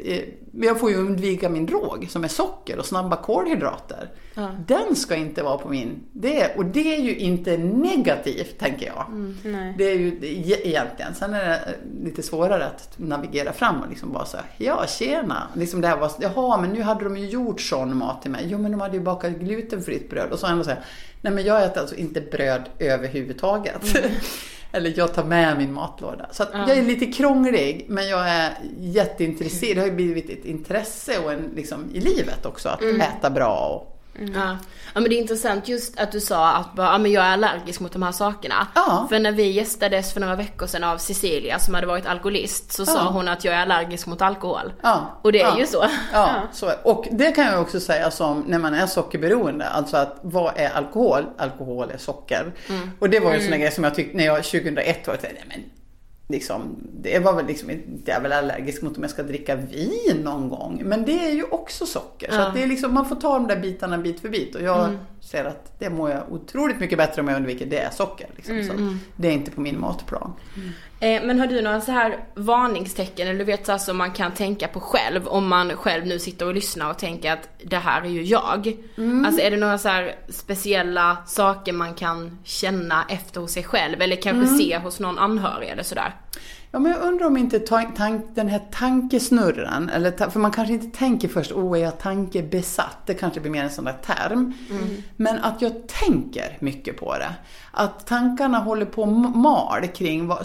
jag får ju undvika min drog som är socker och snabba kolhydrater. Den ska inte vara på min, och det är ju inte negativt, tänker jag. Det är ju egentligen, sen är det lite svårare att navigera fram och liksom bara så här, tjena, liksom det här var, men nu hade de ju gjort sån mat till mig. Jo, men de hade ju bakat glutenfritt bröd, och så ändå säga, nej, men jag äter alltså inte bröd överhuvudtaget. Eller jag tar med min matlåda. Så att jag är lite krånglig, men jag är jätteintresserad. Det har ju blivit ett intresse och liksom i livet också att äta bra och Ja, men det är intressant just att du sa att men jag är allergisk mot de här sakerna. För när vi gästades för några veckor sedan av Cecilia som hade varit alkoholist, så sa hon att jag är allergisk mot alkohol. Och det är ju så. Så. Och det kan jag också säga som när man är sockerberoende. Alltså att vad är alkohol? Alkohol är socker. Och det var ju en sån grej som jag tyckte när jag 2001 var liksom, det var väl liksom, jag är väl allergisk mot om jag ska dricka vin någon gång, men det är ju också socker, så att det är liksom, man får ta de där bitarna bit för bit, och jag ser att det mår jag otroligt mycket bättre om jag undviker, det är socker liksom. Så det är inte på min matplan. Men har du några så här varningstecken, eller du vet så här, som man kan tänka på själv om man själv nu sitter och lyssnar och tänker att det här är ju jag? Alltså är det några så här speciella saker man kan känna efter hos sig själv, eller kanske se hos någon anhörig eller sådär? Ja, men jag undrar om inte den här tankesnurran, eller för man kanske inte tänker först, är jag tankebesatt? Det kanske blir mer en sån där term. Men att jag tänker mycket på det. Att tankarna håller på mal kring vad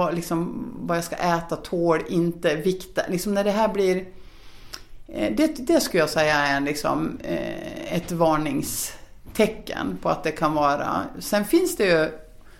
jag ska äta, tål, inte, vikta. Liksom när det här blir, det skulle jag säga är liksom, ett varningstecken på att det kan vara. Sen finns det ju,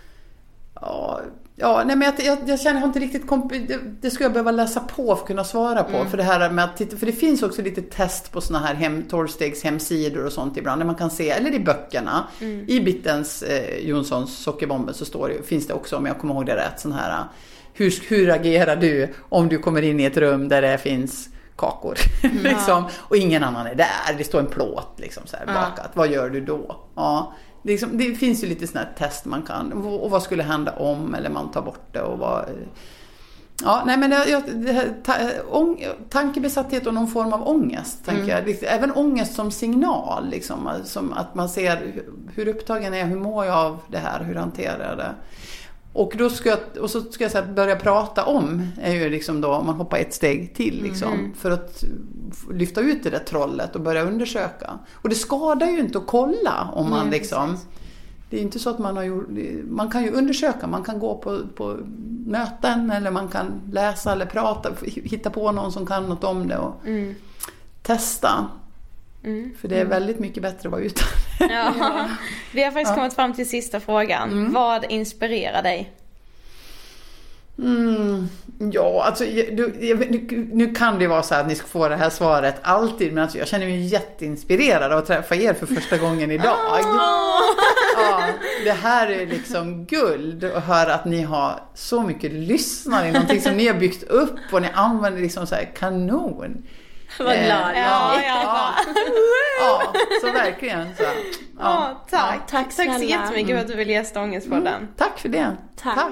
nej, men jag känner inte riktigt det skulle jag behöva läsa på för att kunna svara på, för det här med att titta, för det finns också lite test på såna här 12-stegs hemsidor och sånt ibland där man kan se, eller i böckerna i Bittens Jonssons sockerbomber så finns det också, om jag kommer ihåg det rätt, sån här hur agerar du om du kommer in i ett rum där det finns kakor liksom, och ingen annan är där, det står en plåt liksom så här bakat, vad gör du då? Det finns ju lite sådana här test man kan, och vad skulle hända om, eller man tar bort det, och vad, nej, men tankebesatthet och någon form av ångest, tänker jag. Även ångest som signal liksom, som att man ser hur upptagen är, hur mår jag av det här, hur hanterar jag det. Och då ska jag så här, börja prata om, är ju liksom då, om man hoppar ett steg till liksom, för att lyfta ut det där trollet och börja undersöka. Och det skadar ju inte att kolla om man liksom, precis. Det är inte så att man kan ju undersöka, man kan gå på möten eller man kan läsa eller prata, hitta på någon som kan något om det och testa. För det är väldigt mycket bättre att vara utan. Ja. Vi har faktiskt kommit fram till sista frågan. Vad inspirerar dig? Ja, alltså nu kan det vara så att ni ska få det här svaret alltid, men alltså, jag känner mig jätteinspirerad av att träffa er för första gången idag. Ja, det här är liksom guld att höra att ni har så mycket lyssnare i någonting som ni har byggt upp och ni använder liksom så här kanon. Vad glad. Ja, så verkligen så. Tack så jättemycket för att du ville gästa Ångestpodden. Tack för det. Tack.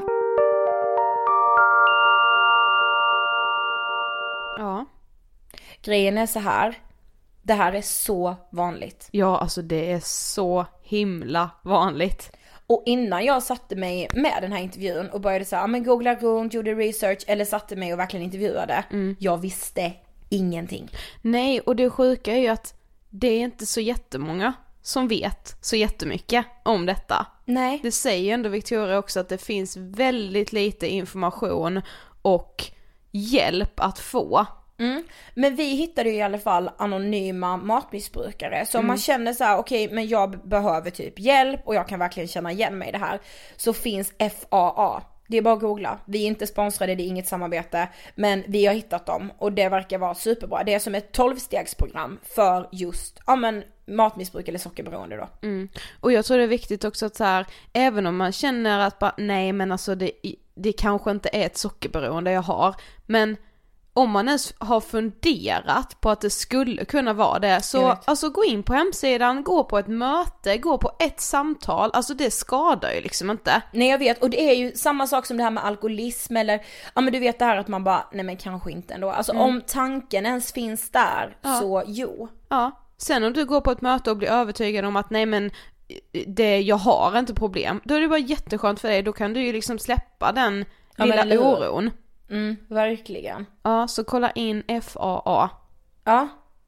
Ja. Grejen är så här. Det här är så vanligt. Ja, alltså det är så himla vanligt. Och innan jag satte mig med den här intervjun och började så här, men googla runt, gjorde research eller satte mig och verkligen intervjuade. Jag visste ingenting. Nej, och det sjuka är ju att det är inte så jättemånga som vet så jättemycket om detta. Nej. Det säger ändå Victoria också att det finns väldigt lite information och hjälp att få. Men vi hittade ju i alla fall anonyma matmissbrukare. Så om man känner så här, okej, men jag behöver typ hjälp och jag kan verkligen känna igen mig i det här, så finns FAA. Det är bara att googla. Vi är inte sponsrade, det är inget samarbete, men vi har hittat dem och det verkar vara superbra. Det är som ett 12-stegsprogram för just matmissbruk eller sockerberoende då. Och jag tror det är viktigt också att så här, även om man känner att nej, men alltså det kanske inte är ett sockerberoende jag har, men om man ens har funderat på att det skulle kunna vara det, så alltså gå in på hemsidan, gå på ett möte, gå på ett samtal, alltså det skadar ju liksom inte. Nej, jag vet, och det är ju samma sak som det här med alkoholism eller, men du vet det här att man bara, nej men kanske inte ändå. Alltså om tanken ens finns där, så jo. Ja, sen om du går på ett möte och blir övertygad om att nej men jag har inte problem, då är det bara jätteskönt för dig, då kan du ju liksom släppa den lilla oron. Verkligen. Ja, så kolla in FAA. Ja.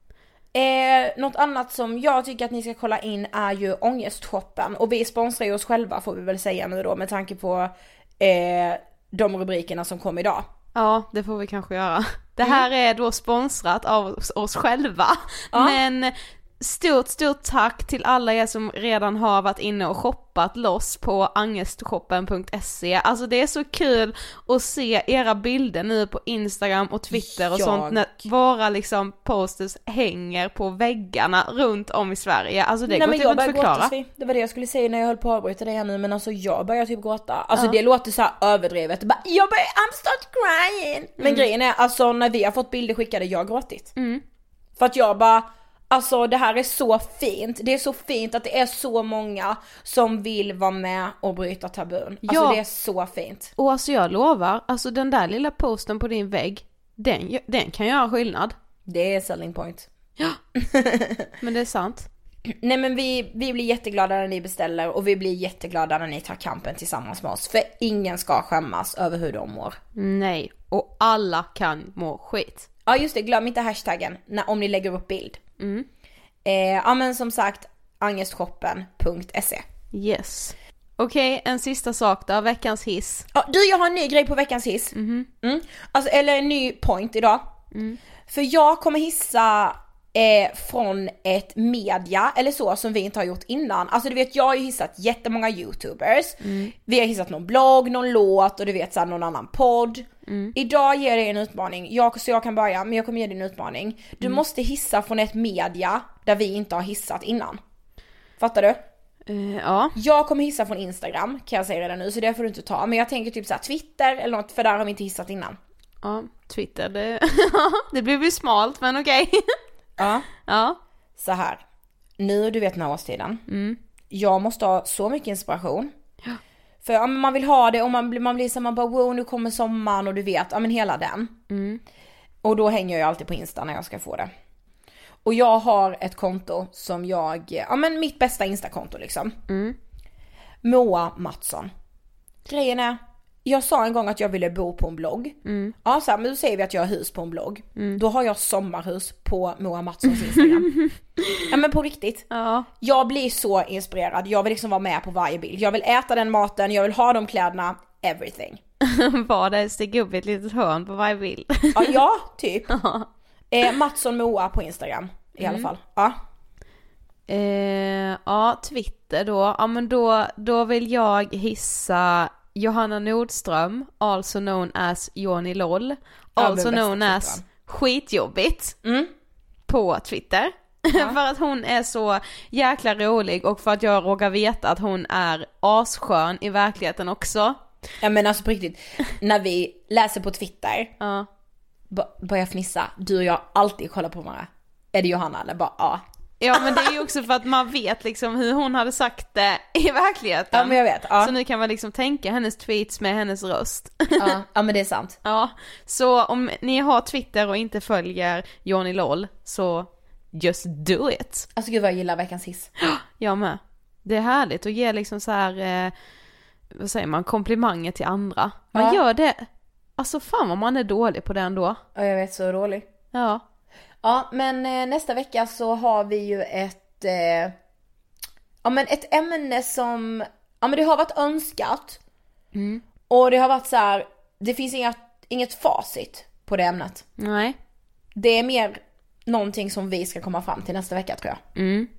Något annat som jag tycker att ni ska kolla in är ju Ångestshoppen. Och vi sponsrar ju oss själva, får vi väl säga nu då, med tanke på de rubrikerna som kom idag. Ja, det får vi kanske göra. Det här är då sponsrat av oss själva. Men stort tack till alla er som redan har varit inne och shoppat loss på angestshoppen.se. Alltså det är så kul att se era bilder nu på Instagram och Twitter och sånt när våra liksom posters hänger på väggarna runt om i Sverige. Alltså det går typ inte att förklara. Det var det jag skulle säga när jag höll på att avbryta det här nu, men alltså jag börjar typ gråta. Alltså det låter så här överdrivet. I'm start crying. Men grejen är, alltså när vi har fått bilder skickade, jag har gråtit. För att jag bara, alltså det här är så fint. Det är så fint att det är så många som vill vara med och bryta tabun. Alltså det är så fint. Och alltså jag lovar, alltså den där lilla posten på din vägg, den kan göra skillnad. Det är selling point. Ja. Men det är sant. Nej, men vi blir jätteglada när ni beställer och vi blir jätteglada när ni tar kampen tillsammans med oss. För ingen ska skämmas över hur de mår. Nej, och alla kan må skit. Ja just det, glöm inte hashtaggen om ni lägger upp bild. Men som sagt, angestshoppen.se. Yes. Okej, en sista sak då, veckans hiss. Jag har en ny grej på veckans hiss. Alltså, eller en ny point idag. För jag kommer hissa från ett media eller så som vi inte har gjort innan. Alltså du vet, jag har ju hissat jättemånga YouTubers. Vi har hissat någon blogg, någon låt och du vet såhär, någon annan podd. Idag ger det en utmaning. Så jag kan börja, men jag kommer ge dig en utmaning. Du måste hissa från ett media där vi inte har hissat innan. Fattar du? Ja. Jag kommer hissa från Instagram, kan jag säga redan nu, så det får du inte ta. Men jag tänker typ såhär Twitter eller något, för där har vi inte hissat innan. Ja, Twitter, det blir ju smalt, men okej. Ja. Så här. Nu, du vet den här årstiden. Jag måste ha så mycket inspiration. För man vill ha det och man blir så, man bara wow, nu kommer sommaren och du vet, men hela den. Och då hänger jag alltid på Insta när jag ska få det. Och jag har ett konto som mitt bästa Insta-konto liksom. Moa Mattsson. grejen är, jag sa en gång att jag ville bo på en blogg. Ja, så här, men då säger vi att jag har hus på en blogg. Då har jag sommarhus på Moa Mattssons Instagram. Ja, men på riktigt. Ja. Jag blir så inspirerad. Jag vill liksom vara med på varje bild. Jag vill äta den maten, jag vill ha de kläderna, everything. Var det stiga upp i ett litet hörn på varje bild? Ja, typ. Mattsson Moa på Instagram i alla fall. Ja. Ja, Twitter då. Ja, men då vill jag hissa Johanna Nordström, also known as Johnny Loll, also known as skitjobbigt på Twitter. För att hon är så jäkla rolig och för att jag råkar veta att hon är asskön i verkligheten också. Ja, men alltså på riktigt, när vi läser på Twitter börjar fnissa, du och jag alltid kollar på varandra. Är det Johanna eller bara Ja, men det är ju också för att man vet liksom hur hon hade sagt det i verkligheten. Ja, men jag vet. Ja. Så nu kan man liksom tänka hennes tweets med hennes röst. Ja, men det är sant. Ja, så om ni har Twitter och inte följer Johnny Loll, så just do it. Alltså gud vad jag gillar veckans hiss. Jag med. Det är härligt att ge liksom så här, vad säger man, komplimanger till andra. Man gör det, alltså fan vad man är dålig på det ändå. Ja, jag vet, så dålig. Ja. Ja, men nästa vecka så har vi ju ett ämne som, ja men det har varit önskat. Och det har varit så här, det finns inget facit på det ämnet. Nej. Det är mer någonting som vi ska komma fram till nästa vecka, tror jag.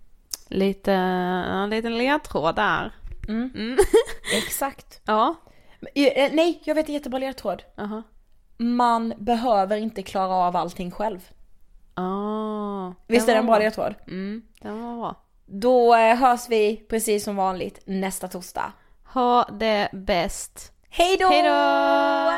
En liten ledtråd där. Exakt. Ja. Nej, jag vet en jättebra ledtråd. Man behöver inte klara av allting själv. Visst är det en bra ledtråd? Det var bra. Då hörs vi precis som vanligt nästa torsdag. Ha det bäst. Hej då! Hej då!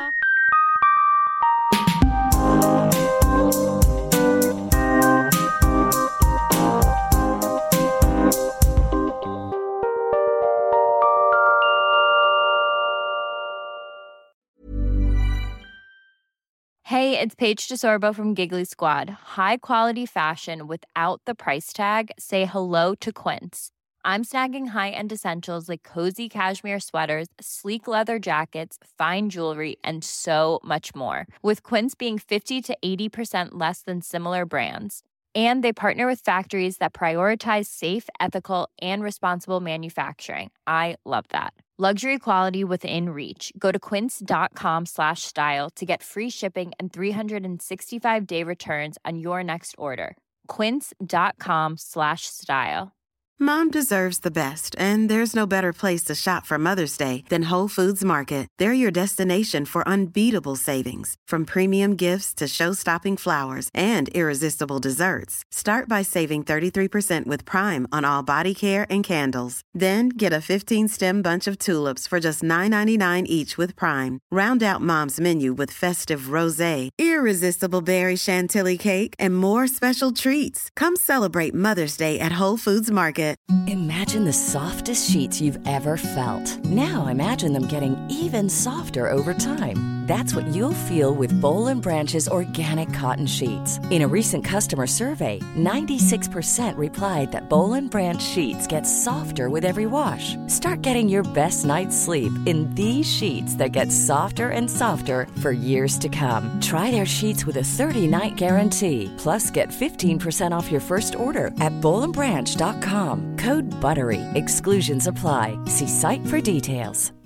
Hey, it's Paige DeSorbo from Giggly Squad. High quality fashion without the price tag. Say hello to Quince. I'm snagging high-end essentials like cozy cashmere sweaters, sleek leather jackets, fine jewelry, and so much more. With Quince being 50 to 80% less than similar brands. And they partner with factories that prioritize safe, ethical, and responsible manufacturing. I love that. Luxury quality within reach. Go to quince.com/style to get free shipping and 365-day returns on your next order. Quince.com/style. Mom deserves the best, and there's no better place to shop for Mother's Day than Whole Foods Market. They're your destination for unbeatable savings, from premium gifts to show-stopping flowers and irresistible desserts. Start by saving 33% with Prime on all body care and candles. Then get a 15-stem bunch of tulips for just $9.99 each with Prime. Round out Mom's menu with festive rosé, irresistible berry chantilly cake, and more special treats. Come celebrate Mother's Day at Whole Foods Market. Imagine the softest sheets you've ever felt. Now imagine them getting even softer over time. That's what you'll feel with Boll & Branch's organic cotton sheets. In a recent customer survey, 96% replied that Boll & Branch sheets get softer with every wash. Start getting your best night's sleep in these sheets that get softer and softer for years to come. Try their sheets with a 30-night guarantee. Plus, get 15% off your first order at bollandbranch.com. Code BUTTERY. Exclusions apply. See site for details.